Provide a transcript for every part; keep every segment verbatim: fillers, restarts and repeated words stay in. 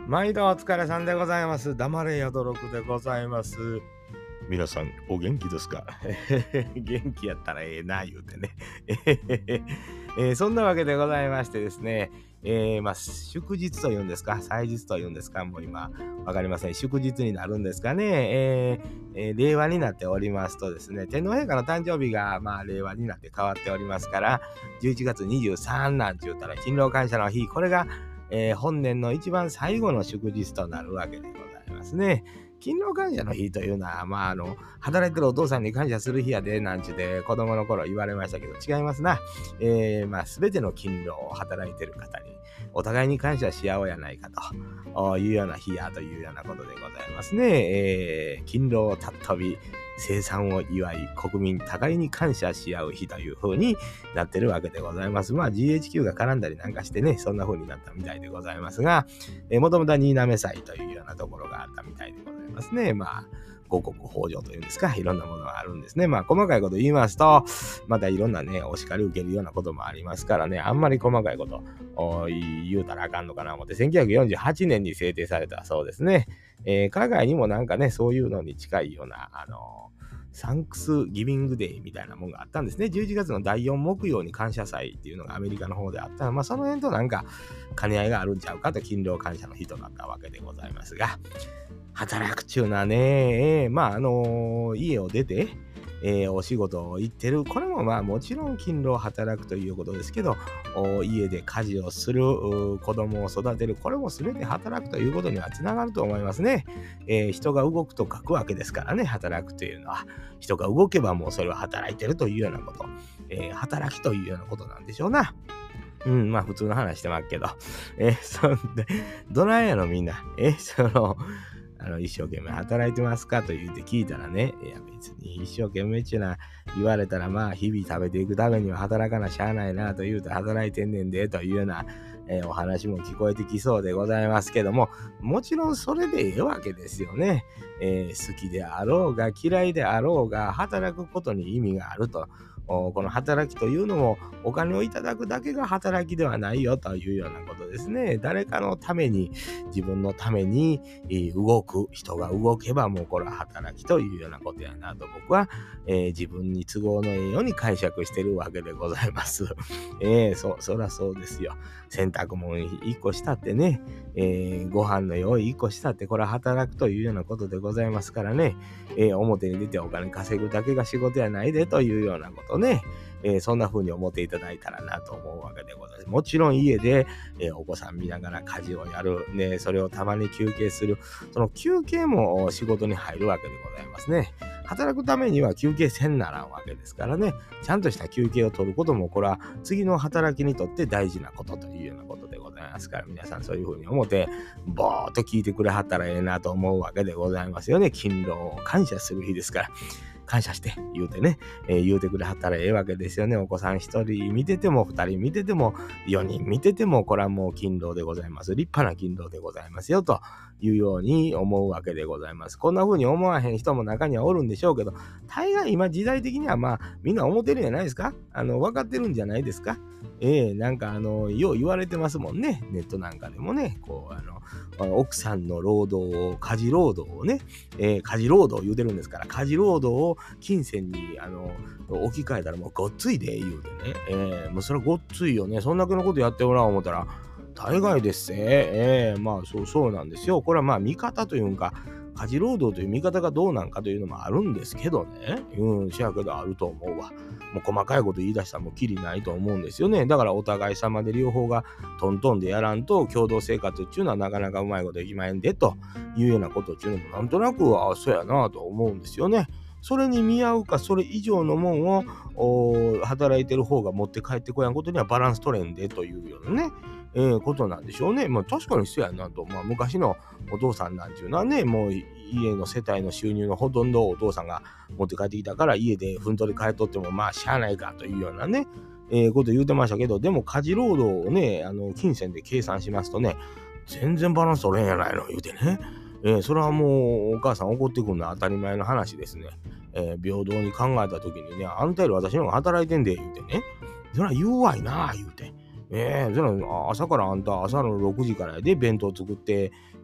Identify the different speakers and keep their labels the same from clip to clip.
Speaker 1: 毎度お疲れさんでございます。黙れやどろくでございます。皆さんお元気ですか？元気やったらええな言うてね、えー、そんなわけでございましてですね、えー、まあ祝日というんですか、祭日というんですか、もう今わかりません。祝日になるんですかね、えーえー、令和になっておりますとですね、天皇陛下の誕生日がまあ令和になって変わっておりますから、じゅういちがつにじゅうさんなんて言ったら勤労感謝の日、これがえー、本年の一番最後の祝日となるわけでございますね。勤労感謝の日というのは、まあ、あの、働いてるお父さんに感謝する日やで、なんちゅうて子供の頃言われましたけど、違いますな。えー、まあ、すべての勤労を働いてる方に、お互いに感謝し合おうやないかというような日やというようなことでございますね。えー、勤労たっ飛び、生産を祝い、国民互いに感謝し合う日という風になってるわけでございます。まあ ジーエイチキュー が絡んだりなんかしてね、そんな風になったみたいでございますが、えー、もともとは新滑祭というようなところがあったみたいでございますね。まあ五穀豊穣というんですか、いろんなものがあるんですね。まあ細かいこと言いますと、またいろんなね、お叱り受けるようなこともありますからね、あんまり細かいことを言うたらあかんのかなと思って、せんきゅうひゃくよんじゅうはちねんに制定されたそうですね。えー、海外にもなんかね、そういうのに近いような、あのサンクスギビングデーみたいなもんがあったんですね。じゅういちがつのだいよん木曜に感謝祭っていうのがアメリカの方であったら、まあその辺となんか兼ね合いがあるんちゃうかと勤労感謝の日となったわけでございますが、働くっちゅうのはね、えー、まああのー、家を出て、えー、お仕事を行ってる、これもまあもちろん勤労働くということですけど、家で家事をする、子供を育てる、これも全て働くということにはつながると思いますね。えー、人が動くと書くわけですからね、働くというのは。人が動けばもうそれは働いてるというようなこと、えー、働きというようなことなんでしょうな。うん、まあ普通の話してますけど。えー、そんで、どないやろみんな。えー、その、あの一生懸命働いてますかと言って聞いたらね、いや別に一生懸命っていうのは言われたら、まあ日々食べていくためには働かなしゃあないなと言うと働いてんねんでというような、えー、お話も聞こえてきそうでございますけども、もちろんそれでええわけですよね。えー、好きであろうが嫌いであろうが働くことに意味があると。この働きというのもお金をいただくだけが働きではないよというようなことですね。誰かのために、自分のために動く人が動けばもうこれは働きというようなことやなと僕は、えー、自分に都合のいいように解釈してるわけでございます。えー、そ、そらそうですよ。洗濯物一個したってね、えー、ご飯の用意一個したってこれは働くというようなことでございますからね、えー、表に出てお金稼ぐだけが仕事やないでというようなことね、えー、そんな風に思っていただいたらなと思うわけでございます。もちろん家で、えー、お子さん見ながら家事をやる、ね、それをたまに休憩する、その休憩も仕事に入るわけでございますね。働くためには休憩せんならんわけですからね、ちゃんとした休憩を取ることもこれは次の働きにとって大事なことというようなことでございますから、皆さんそういう風に思ってぼーっと聞いてくれはったらええなと思うわけでございますよね。勤労を感謝する日ですから。感謝して言うてね、えー、言うてくれはったらええわけですよね。お子さん一人見てても二人見てても四人見ててもこれはもう勤労でございます。立派な勤労でございますよというように思うわけでございます。こんな風に思わへん人も中にはおるんでしょうけど、大概今時代的にはまあみんな思ってるんじゃないですか。あの分かってるんじゃないですか。ええー、なんかあのよう言われてますもんね。ネットなんかでもね、こうあの奥さんの労働を家事労働をね、えー、家事労働言うてるんですから、家事労働を金銭にあの置き換えたらもうごっついで言うてね、えー、もうそれはごっついよね。そんだけのことやっておらん思ったら大概ですね。えー、まあそうそうなんですよ。これはまあ見方というか、家事労働という見方がどうなんかというのもあるんですけどね。うん、しやけどあると思うわ。もう細かいこと言い出したらもうきりないと思うんですよね。だからお互い様で両方がトントンでやらんと共同生活っていうのはなかなかうまいこといきまへんでというようなことっていうのもなんとなくあそうやなと思うんですよね。それに見合うかそれ以上のもんを働いてる方が持って帰ってこやんことにはバランス取れんでというようなね、えー、ことなんでしょうね。まあ確かにそうやなと、まあ昔のお父さんなんていうのはね、もう家の世帯の収入のほとんどをお父さんが持って帰ってきたから家でふんとり帰っとってもまあしゃあないかというようなね、えー、こと言うてましたけど、でも家事労働をね、あの金銭で計算しますとね、全然バランス取れんやないの言うてね。えー、それはもうお母さん怒ってくるのは当たり前の話ですね。えー、平等に考えた時にね、あんたより私の方が働いてんで言うてね、それは言うわいな言うて、えー、それは朝からあんた朝のろくじからで弁当作って、え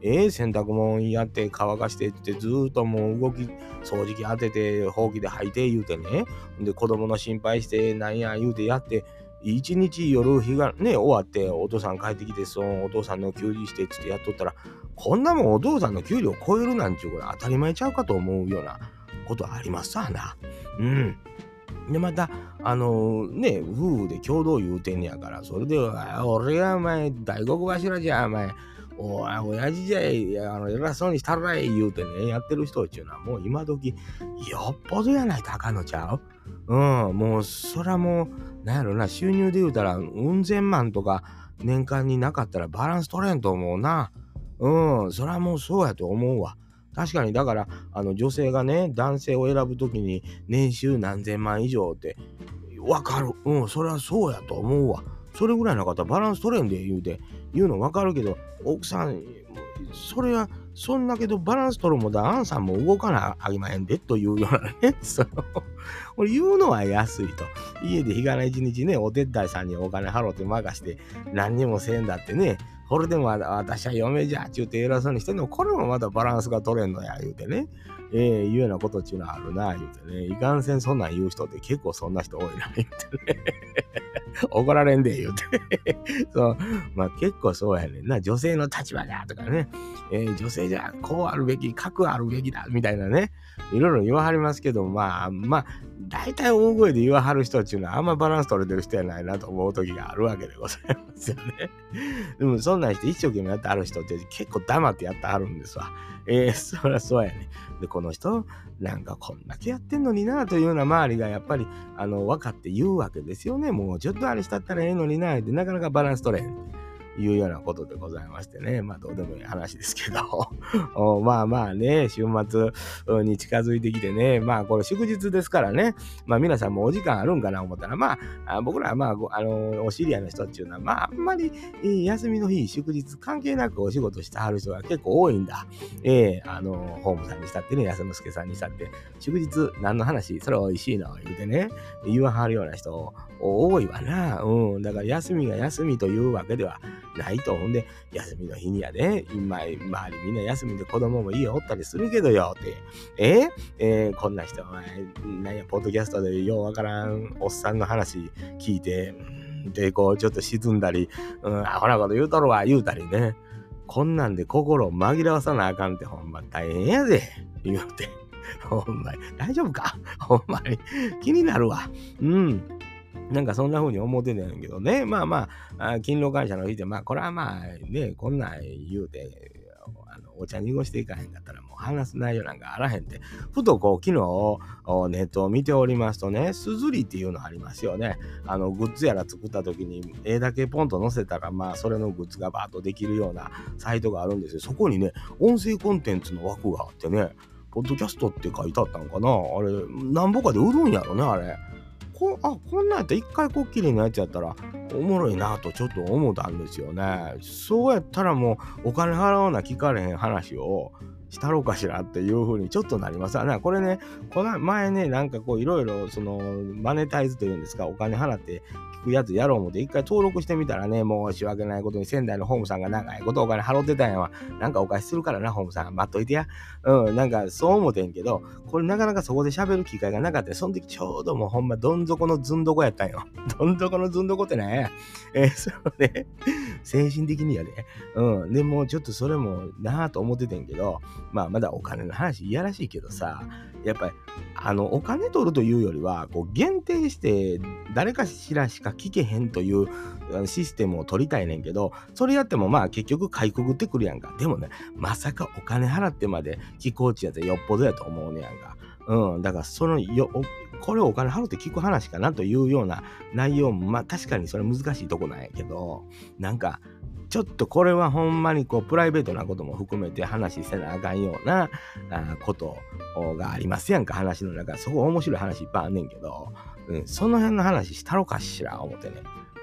Speaker 1: えー、洗濯物やって乾かしてってずーっともう動き掃除機当ててほうきで吐いて言うてね、で子供の心配してなんや言うてやって、一日夜日がね終わってお父さん帰ってきて、そのお父さんの給仕してっつってやっとったら、こんなもんお父さんの給料超えるなんちゅうこと当たり前ちゃうかと思うようなことありますわな。うん。でまたあのー、ね夫婦で共同言うてんねやから、それで俺はお前大黒柱じゃお前おい親父じゃいやあの偉そうにしたらい言うてねやってる人っていうのはもう今時よっぽどやないとあかんのちゃう。うん、もうそらもうなんやろな、収入で言うたらうん千万とか年間になかったらバランス取れんと思うな。うん、そらもうそうやと思うわ。確かにだからあの女性がね男性を選ぶときに年収何千万以上ってわかる。うん、それはそうやと思うわ。それぐらいの方バランス取れんで言うて言うのわかるけど、奥さんそれはそんだけどバランス取るもだあんさんも動かなあきまへんでというようなねそのこれ言うのは安いと、家で日がない一日ねお手伝いさんにお金払って任して何にもせんだってね、これでも私は嫁じゃって言って偉そうにしてんの、これもまたバランスが取れんのや言うてね、えー、いうようなことっちゅうのはあるな言うてね、いかんせんそんなん言う人って結構そんな人多いな言うてね怒られんで言うてそうまあ結構そうやねんな、女性の立場だとかね、えー、女性じゃこうあるべき格あるべきだみたいなね、いろいろ言わはりますけど、まあまあ大体大声で言わはる人っていうのはあんまバランス取れてる人やないなと思う時があるわけでございますよねでもそんなんして一生懸命やってはる人って結構黙ってやってはるんですわ。えー、そりゃそうやね。でこの人なんかこんだけやってんのになというような周りがやっぱりあの分かって言うわけですよね。もうちょっとあれしたったらええのになってなかなかバランス取れへんいうようなことでございましてね、まあどうでもいい話ですけどまあまあね、週末に近づいてきてね、まあこれ祝日ですからね、まあ皆さんもお時間あるんかな思ったら、まあ僕らはまああのお知り合いの人っていうのはまああんまり休みの日祝日関係なくお仕事してはる人が結構多いんだ。ええー、あのホームさんにしたってね、安之助さんにしたって祝日何の話それおいしいの言うてね言わはるような人多いわな。うん、だから休みが休みというわけではないと。ほんで休みの日にやで、今周りみんな休みで子供も家おったりするけどよってえー、えー、こんな人はなんやポッドキャストでようわからんおっさんの話聞いてでこうちょっと沈んだり、うん、アホなこと言うとるわ言うたりね、こんなんで心を紛らわさなあかんってほんま大変やで言うてほんまに大丈夫かほんまに気になるわ。うんなんかそんな風に思ってたんやけどね。まあまあ、勤労感謝の日で、まあこれはまあね、こんなん言うて、あのお茶濁していかへんかったらもう話す内容なんかあらへんって。ふとこう昨日ネットを見ておりますとね、すずりっていうのありますよね。あのグッズやら作った時に絵だけポンと載せたら、まあそれのグッズがバーッとできるようなサイトがあるんですよ。そこにね、音声コンテンツの枠があってね、ポッドキャストって書いてあったのかな、あれ、なんぼかで売るんやろね、あれ。こあこんなんやったら一回こっきりのやつやったらおもろいなとちょっと思ったんですよね。そうやったらもうお金払わな聞かれへん話をしたろうかしらっていう風にちょっとなりますわね。これね、この前ね、なんかこういろいろそのマネタイズというんですか、お金払って聞くやつやろう思って一回登録してみたらね、申し訳ないことに仙台のホームさんが長いことお金払ってたんやわ。なんかお貸しするからな、ホームさん待っといてや。うん、なんかそう思ってんけど、これなかなかそこで喋る機会がなかった。その時ちょうどもうほんまどん底のずんどこやったんよ。どん底のずんどこってね、えー、そうね、精神的にやで。うん、でもうちょっとそれもなぁと思っててんけど、まあまだお金の話いやらしいけどさ、やっぱりあのお金取るというよりはこう限定して誰かしらしか聞けへんというシステムを取りたいねんけど、それやってもまあ結局かいくぐってくるやんか。でもね、まさかお金払ってまで聞こうちやったらよっぽどやと思うねやんか。うん、だからそのよこれをお金払って聞く話かなというような内容もまあ確かにそれ難しいとこなんやけど、なんかちょっとこれはほんまにこうプライベートなことも含めて話せなあかんようなあことがありますやんか。話の中そこ面白い話いっぱいあんねんけど、うん、その辺の話したろかしら思ってね、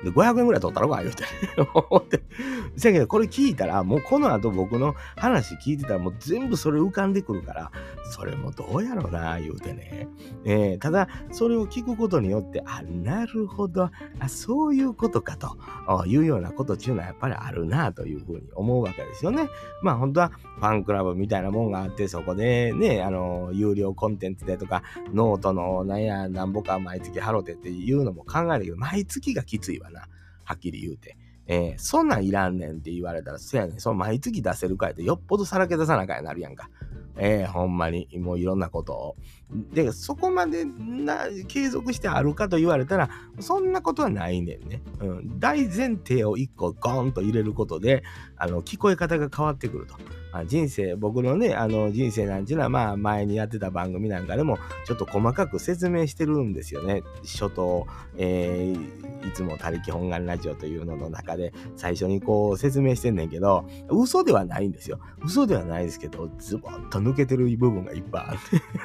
Speaker 1: で、ごひゃくえんぐらい取ったろか、言うて。思って。せやけど、これ聞いたら、もうこの後僕の話聞いてたら、もう全部それ浮かんでくるから、それもどうやろうな、言うてね。えー、ただ、それを聞くことによって、あ、なるほど、あ、そういうことかというようなことっていうのはやっぱりあるな、というふうに思うわけですよね。まあ、本当はファンクラブみたいなもんがあって、そこでね、あの、有料コンテンツでとか、ノートのなんや、なんぼか毎月払ってっていうのも考えるけど、毎月がきついわな。はっきり言うて。えー、そんなんいらんねんって言われたら、そやねん、その毎月出せるかいってよっぽどさらけ出さなあかんになるやんか。えー、ほんまに、もういろんなことを。で、そこまでな継続してあるかと言われたら、そんなことはないねんね。うん、大前提を一個ゴーンと入れることで、あの、聞こえ方が変わってくると。あ人生、僕のね、あの人生なんていうのは、まあ前にやってた番組なんかでも、ちょっと細かく説明してるんですよね。初頭、えー、いつも他力本願ラジオというのの中で、最初にこう説明してんねんけど、嘘ではないんですよ。嘘ではないですけど、ズボッと抜けてる部分がいっぱいあって、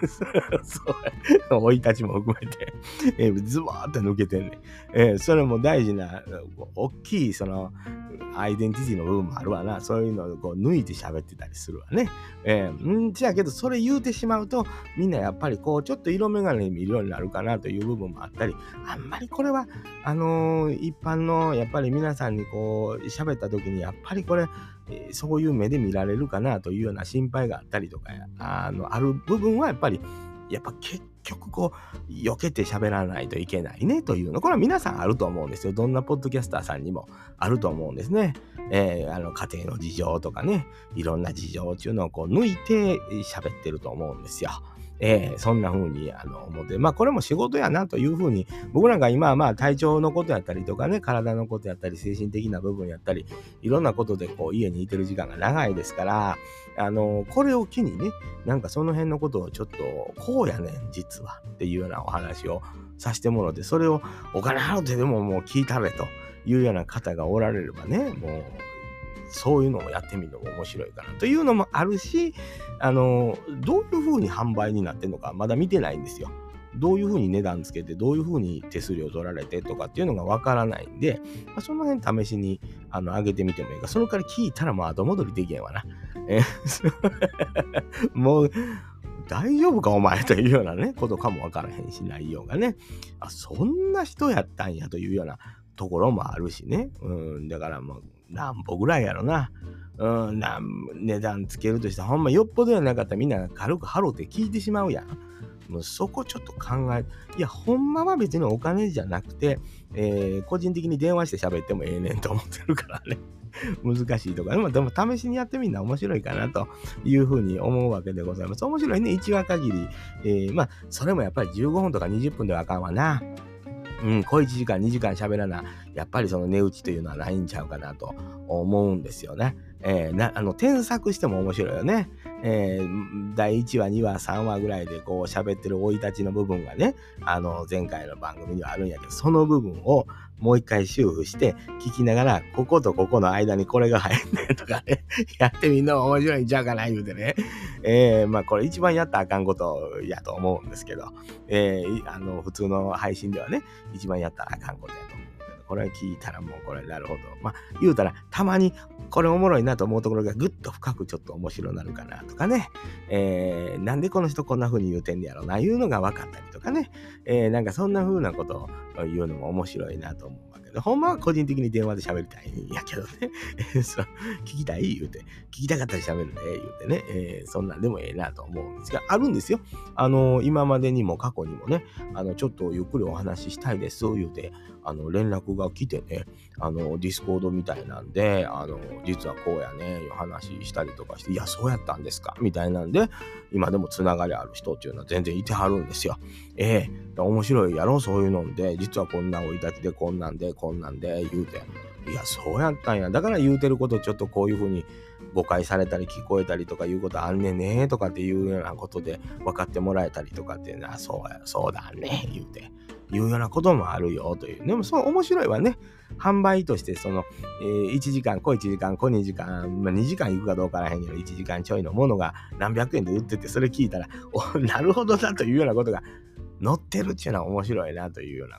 Speaker 1: そう、生い立ちも含めて、えー、ズボーっと抜けてんねん。えー、それも大事な、大きい、その、アイデンティティの部分もあるわな。そういうのをこう抜いて喋ってたりするわね。えー、んじゃあけど、それ言うてしまうと、みんなやっぱりこう、ちょっと色眼鏡に見るようになるかなという部分もあったり、あんまりこれは、あのー、一般の、やっぱり皆さんにこう、喋った時に、やっぱりこれ、えー、そういう目で見られるかなというような心配があったりとか、あの、ある部分はやっぱり、やっぱ結局こう避けて喋らないといけないねというの、これは皆さんあると思うんですよ。どんなポッドキャスターさんにもあると思うんですね。えー、あの家庭の事情とかね、いろんな事情っていうのをこう抜いて喋ってると思うんですよ。えー、そんな風にあの思って、まあこれも仕事やなという風に、僕なんか今はまあ体調のことやったりとかね、体のことやったり、精神的な部分やったり、いろんなことでこう家にいてる時間が長いですから、あのこれを機にね、なんかその辺のことをちょっとこうやねん実はっていうようなお話をさせてもらって、それをお金払ってでももう聞いたれというような方がおられればね、もうそういうのもやってみるのも面白いかなというのもあるし、あのどういう風に販売になってんのかまだ見てないんですよ。どういう風に値段つけて、どういう風に手数料取られてとかっていうのがわからないんで、まあ、その辺試しにあの上げてみてもいいか。そのから聞いたらもう後戻りできへんわな。えもう大丈夫かお前というようなねことかもわからへんし、内容がね、あそんな人やったんやというようなところもあるしね。うん、だからもう何歩ぐらいやろな。うん、なん値段つけるとしたらほんまよっぽどやなかったらみんな軽くハロって聞いてしまうやん。もうそこちょっと考え、いやほんまは別にお金じゃなくて、えー、個人的に電話して喋ってもええねんと思ってるからね。難しいとか、でも、でも試しにやってみるのは面白いかなというふうに思うわけでございます。面白いね、いちわ限り。えー、まあ、それもやっぱりじゅうごふんとかにじゅっぷんではあかんわな。うん、小いちじかん、にじかん喋らな、やっぱりその値打ちというのはないんちゃうかなと思うんですよね。えー、なあの添削しても面白いよね。えー、だいいちわ、にわ、さんわぐらいでこう喋ってる生い立ちの部分がね、あの前回の番組にはあるんやけど、その部分をもう一回修復して聞きながら、こことここの間にこれが入んねんとかね、やってみんなも面白いんちゃうかな言うてね。えー、まあこれ一番やったらあかんことやと思うんですけど、えー、あの普通の配信ではね、一番やったらあかんことやと思う。これ聞いたらもうこれなるほど。まあ言うたらたまにこれおもろいなと思うところがぐっと深くちょっと面白くなるかなとかね。えー、なんでこの人こんな風に言うてんねやろないうのが分かったりとかね。えー、なんかそんな風なことを言うのも面白いなと思うわけで。ほんまは個人的に電話で喋りたいんやけどね。そう聞きたい言うて。聞きたかったら喋るね言うてね。えー、そんなんでもええなと思うんですが、あるんですよ。あのー、今までにも過去にもね、あのちょっとゆっくりお話ししたいです言うて、あの連絡が来てね、あのディスコードみたいなんで、あの実はこうやねいう話したりとかして、いやそうやったんですかみたいなんで、今でもつながりある人っていうのは全然いてはるんですよ。ええー、面白いやろそういうので、実はこんな生い立ちでこんなんでこんなんで言うて、いやそうやったんや、だから言うてることちょっとこういう風に誤解されたり聞こえたりとかいうことあんねんねとかっていうようなことで分かってもらえたりとかっていうのは、そうやそうだね言うていうようなこともあるよという。でもそう面白いわね。販売としてその、えー、いちじかん、こいちじかん、こにじかん、まあ、にじかん行くかどうかわからへんけどいちじかんちょいのものが何百円で売ってて、それ聞いたらおなるほどなというようなことが載ってるっていうのは面白いなというようなこともあ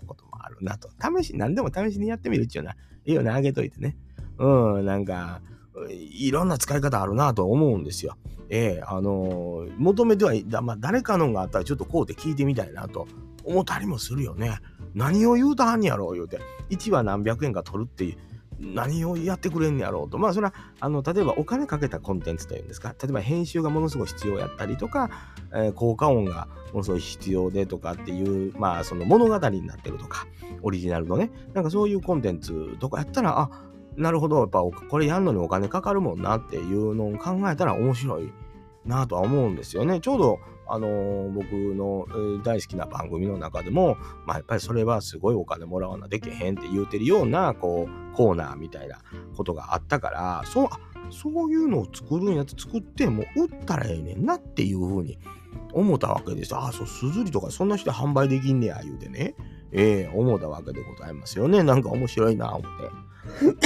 Speaker 1: あるなと。試し、何でも試しにやってみるっていうのは、いいよね、あげといてね。うん、なんか、いろんな使い方あるなと思うんですよ。ええあのー、求めてはいだ、まあ、誰かのがあったらちょっとこうで聞いてみたいなと思ったりもするよね。何を言うたはんやろう言うて。いちわ何百円か取るっていう。何をやってくれんやろうと。まあそれはあの例えばお金かけたコンテンツというんですか、例えば編集がものすごい必要やったりとか、えー、効果音がものすごい必要でとかっていう、まあその物語になってるとか、オリジナルのね、なんかそういうコンテンツとかやったら、あ、なるほど、やっぱこれやんのにお金かかるもんなっていうのを考えたら面白いなとは思うんですよね。ちょうどあのー、僕の、えー、大好きな番組の中でも、まあ、やっぱりそれはすごいお金もらわなできへんって言うてるようなこうコーナーみたいなことがあったから、そう、そういうのを作るんやつ作ってもう売ったらええねんなっていうふうに思ったわけです。ああ、そう、すずりとかそんな人販売できんねや言うてね、ええー、思ったわけでございますよね。なんか面白いな思って。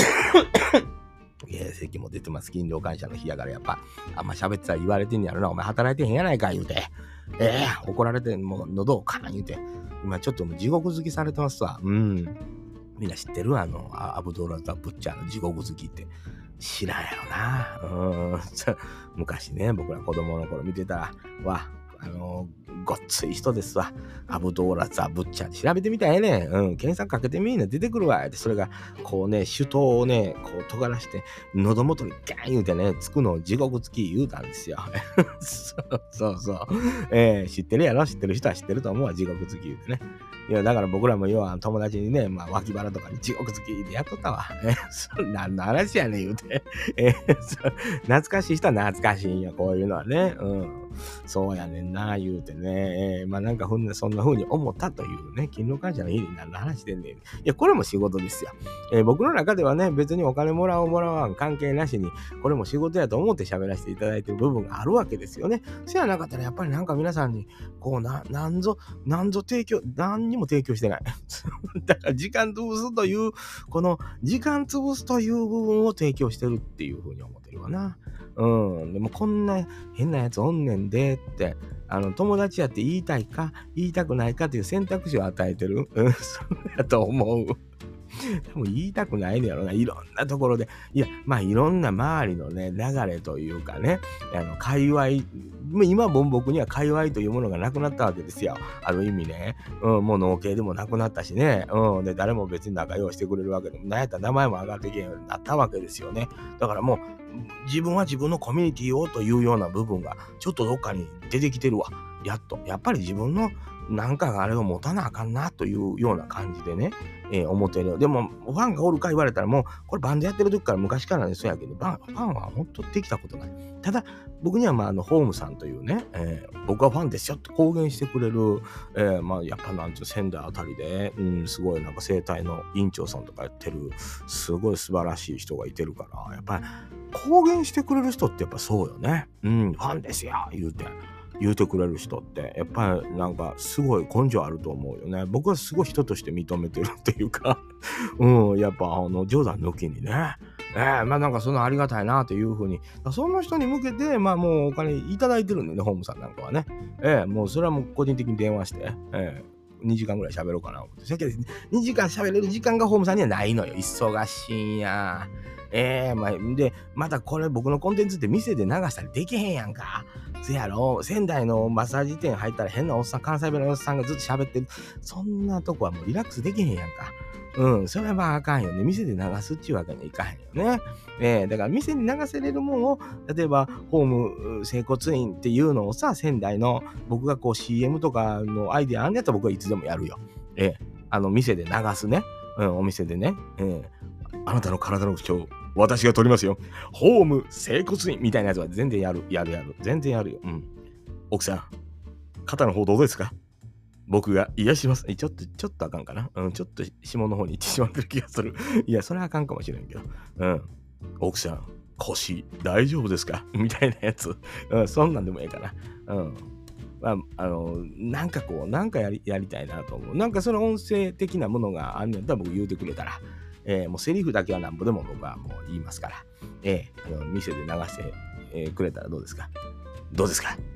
Speaker 1: えー、席も出てます。勤労感謝の日やからやっぱあんま喋ってたら言われてんやろな。お前働いてへんやないか言うて。えー、怒られてもう喉をカーン言うて。今ちょっともう地獄好きされてますわ。うん。みんな知ってるあの、アブドーラザ・ブッチャーの地獄好きって。知らんやろな。うん。昔ね、僕ら子供の頃見てたら、わ、あのー、ごっつい人ですわ。アブドーラザ・ブッチャー調べてみたらええねん。うん。検索かけてみんな出てくるわ。で、それが、こうね、手刀をね、こう尖らして、喉元にガーン言うてね、つくのを地獄つき言うたんですよ。そうそうそう。えー、知ってるやろ？知ってる人は知ってると思うわ。地獄つき言うてね。いや、だから僕らも要は友達にね、まあ、脇腹とかに地獄つきでやっとったわ。えー、そん何の話やねん言うて。えー、懐かしい人は懐かしいんよ。こういうのはね。うん。そうやねんな言うてね、えー、まあなんかふんなそんな風に思ったというね、勤労感謝の日に何の話してんねん。いや、これも仕事ですよ。えー、僕の中ではね、別にお金もらおうもらわん関係なしに、これも仕事やと思って喋らせていただいてる部分があるわけですよね。そやなかったらやっぱりなんか皆さんに、こうな、なんぞ、なんぞ提供、何にも提供してない。だから時間潰すという、この時間潰すという部分を提供してるっていう風に思ってるわな。うん。でもこんな変なやつおんねんでって、あの、友達やって言いたいか、言いたくないかという選択肢を与えてる。うん、そうやと思う。でも言いたくないのやろな。いろんなところで。いや、まあいろんな周りのね、流れというかね、あの、界隈、今も僕には界隈というものがなくなったわけですよ。ある意味ね。うん、もう農系でもなくなったしね。うん、で、誰も別に仲良うしてくれるわけでもないやったら名前も上がっていけんようになったわけですよね。だからもう、自分は自分のコミュニティをというような部分がちょっとどっかに出てきてるわ。やっと。やっぱり自分のなんかがあれを持たなあかんなというような感じでね、えー、思ってる。でも、ファンがおるか言われたらもう、これバンドやってる時から昔からね、そうやけど、ファンは本当できたことない。ただ、僕にはまあ、あの、ホームさんというね、えー、僕はファンですよって公言してくれる、えー、まあ、やっぱなんちゅう仙台あたりで、うん、すごいなんか生態の院長さんとかやってる、すごい素晴らしい人がいてるから、やっぱり、公言してくれる人ってやっぱそうよね。うん、ファンですよ言うて。言うてくれる人ってやっぱりなんかすごい根性あると思うよね。僕はすごい人として認めてるっていうかうん、やっぱあの冗談抜きにね、えー、まあなんかそのありがたいなというふうに、その人に向けてまあもうお金いただいてるんでね、ホームさんなんかはね、えー、もうそれはもう個人的に電話して、えー、にじかんぐらい喋ろうかな思って。そやけどにじかん喋れる時間がホームさんにはないのよ。忙しいんや。ええー、まあ、で、またこれ僕のコンテンツって店で流したりできへんやんか。そやろ、仙台のマッサージ店入ったら変なおっさん、関西弁のおっさんがずっと喋ってる。そんなとこはもうリラックスできへんやんか。うん、それはまああかんよね。店で流すっちゅうわけにはいかへんよね。ええー、だから店に流せれるもんを、例えばホーム整骨院っていうのをさ、仙台の僕がこう シーエム とかのアイデアあんねやったら僕はいつでもやるよ。ええー、あの店で流すね。うん、お店でね。ええー、あなたの体の不調、私が取りますよ。ホーム整骨院みたいなやつは全然やる、やるやる。全然やるよ。うん。奥さん、肩の方どうですか？僕が癒します。ちょっと、ちょっとあかんかな。うん、ちょっと下の方に行ってしまってる気がする。いや、それはあかんかもしれんけど。うん。奥さん、腰大丈夫ですか？みたいなやつ。うん、そんなんでもええかな。うん。まあ、あの、なんかこう、なんかやり、やりたいなと思う。なんかその音声的なものがあんねんったら僕言うてくれたら。えー、もうセリフだけはなんぼでも僕はもう言いますから、えー、あの店で流して、えー、くれたらどうですか？どうですか？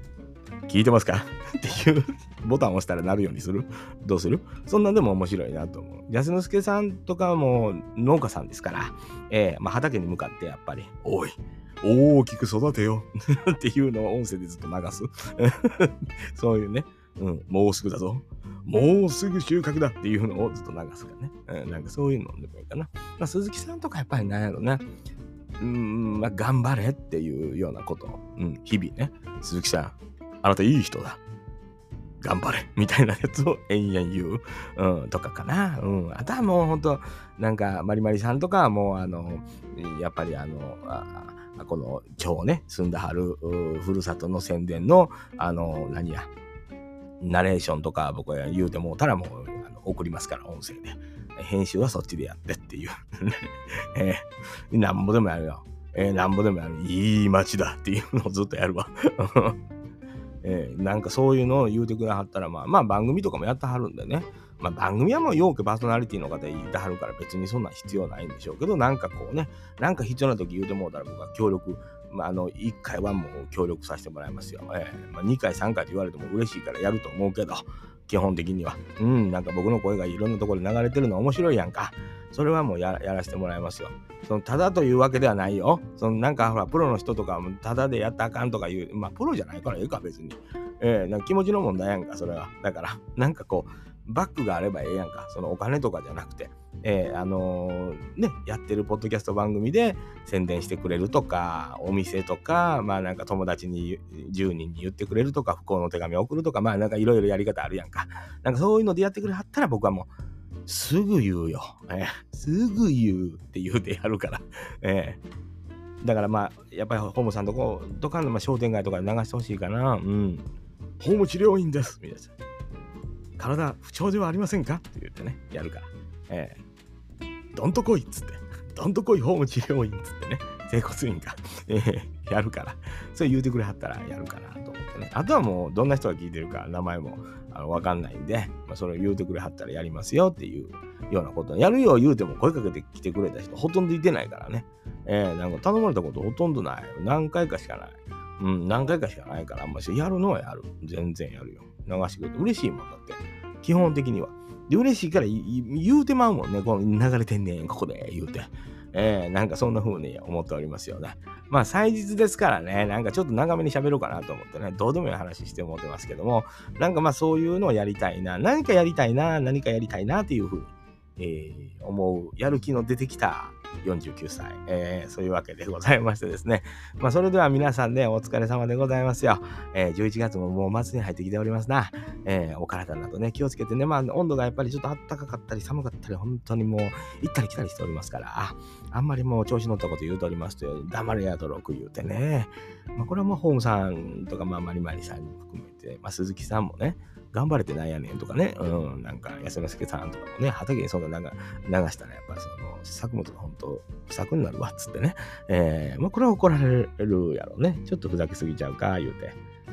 Speaker 1: 聞いてますかっていうボタンを押したらなるようにする。どうする？そんなんでも面白いなと思う。安之助さんとかはもう農家さんですから、えーまあ、畑に向かってやっぱり、おい、大きく育てよっていうのを音声でずっと流す。そういうね、うん、もうすぐだぞ。もうすぐ収穫だっていうのをずっと流すからね。うん、なんかそういうのでもいいかな。まあ、鈴木さんとかやっぱりなんやろね。うーん、まあ、頑張れっていうようなことを、うん、日々ね、鈴木さん、あなたいい人だ。頑張れみたいなやつを延々言う、うん、とかかな。うん。あとはもうほんと、なんか、マリマリさんとかはもう、あの、やっぱりあの、あこの、今日ね、住んだはる、ふるさとの宣伝の、あの、何や、ナレーションとか僕は言うてもうたらもうあの送りますから、音声で。編集はそっちでやってっていう。えー、なんぼでもやるよ。えー、なんぼでもやる。いい街だっていうのをずっとやるわ。えー、なんかそういうのを言うてくれはったら、まあ、まあ番組とかもやってはるんでね。まあ番組はもうよくパーソナリティの方言ってはるから別にそんな必要ないんでしょうけど、なんかこうね、なんか必要な時言うてもうたら僕は協力、まあ、あのいっかいはもう協力させてもらいますよ。えーまあ、にかいさんかいと言われても嬉しいからやると思うけど、基本的には。うん、なんか僕の声がいろんなところで流れてるの面白いやんか。それはもう や, やらせてもらいますよ。そのただというわけではないよ。そのなんかほらプロの人とかもただでやったらあかんとかいう、まあプロじゃないからええか別に。えー、なんか気持ちの問題やんか、それは。だからなんかこうバックがあればええやんか。そのお金とかじゃなくて。えー、あのー、ね、やってるポッドキャスト番組で宣伝してくれるとか、お店とか、まあなんか友達にじゅうにんに言ってくれるとか、不幸の手紙を送るとか、まあなんかいろいろやり方あるやんか。なんかそういうのでやってくれはったら僕はもうすぐ言うよ。えー、すぐ言うって言うてやるから。えー、だからまあやっぱりホームさんとことかの、まあ、商店街とかで流してほしいかな。うん。ホーム治療院です。みたいな。体不調ではありませんかって言ってね、やるから。えーどんとこいっつって、どんとこいホーム治療院っつってね、整骨院か、えー、やるから、それ言うてくれはったらやるかなと思ってね。あとはもうどんな人が聞いてるか名前もあの分かんないんで、まあ、それを言うてくれはったらやりますよっていうようなこと。やるよ言うても声かけてきてくれた人ほとんどいてないからね。えー、なんか頼まれたことほとんどない。何回かしかない。うん、何回かしかないから、あんましやるのはやる。全然やるよ。流してくれて嬉しいもんだって。基本的には。で、嬉しいから言うてまうもんね。この流れてんねん、ここで言うて。えー、なんかそんな風に思っておりますよね。まあ、祭日ですからね、なんかちょっと長めに喋ろうかなと思ってね、どうでもいい話して思ってますけども、なんかまあそういうのをやりたいな、何かやりたいな、何かやりたいなっていう風に、えー、思う、やる気の出てきたよんじゅうきゅうさい、えー、そういうわけでございましてですね。まあ、それでは皆さんね、お疲れ様でございますよ。えー、じゅういちがつももう末に入ってきておりますな。えー、お体などね、気をつけてね、まあ、温度がやっぱりちょっと暖かかったり寒かったり、本当にもう行ったり来たりしておりますから、あんまりもう調子乗ったこと言うとおりますと、黙れやとろく言うてね。まあ、これはもうホームさんとか、まあ、マリマリさんに含めて、まあ、鈴木さんもね、頑張れてなんやねんとかね、うん、なんか安之助さんとかもね、畑にそんな流したらやっぱりその作物が本当不作になるわっつってね、えー、まあこれは怒られるやろうね。ちょっとふざけすぎちゃうか言うて、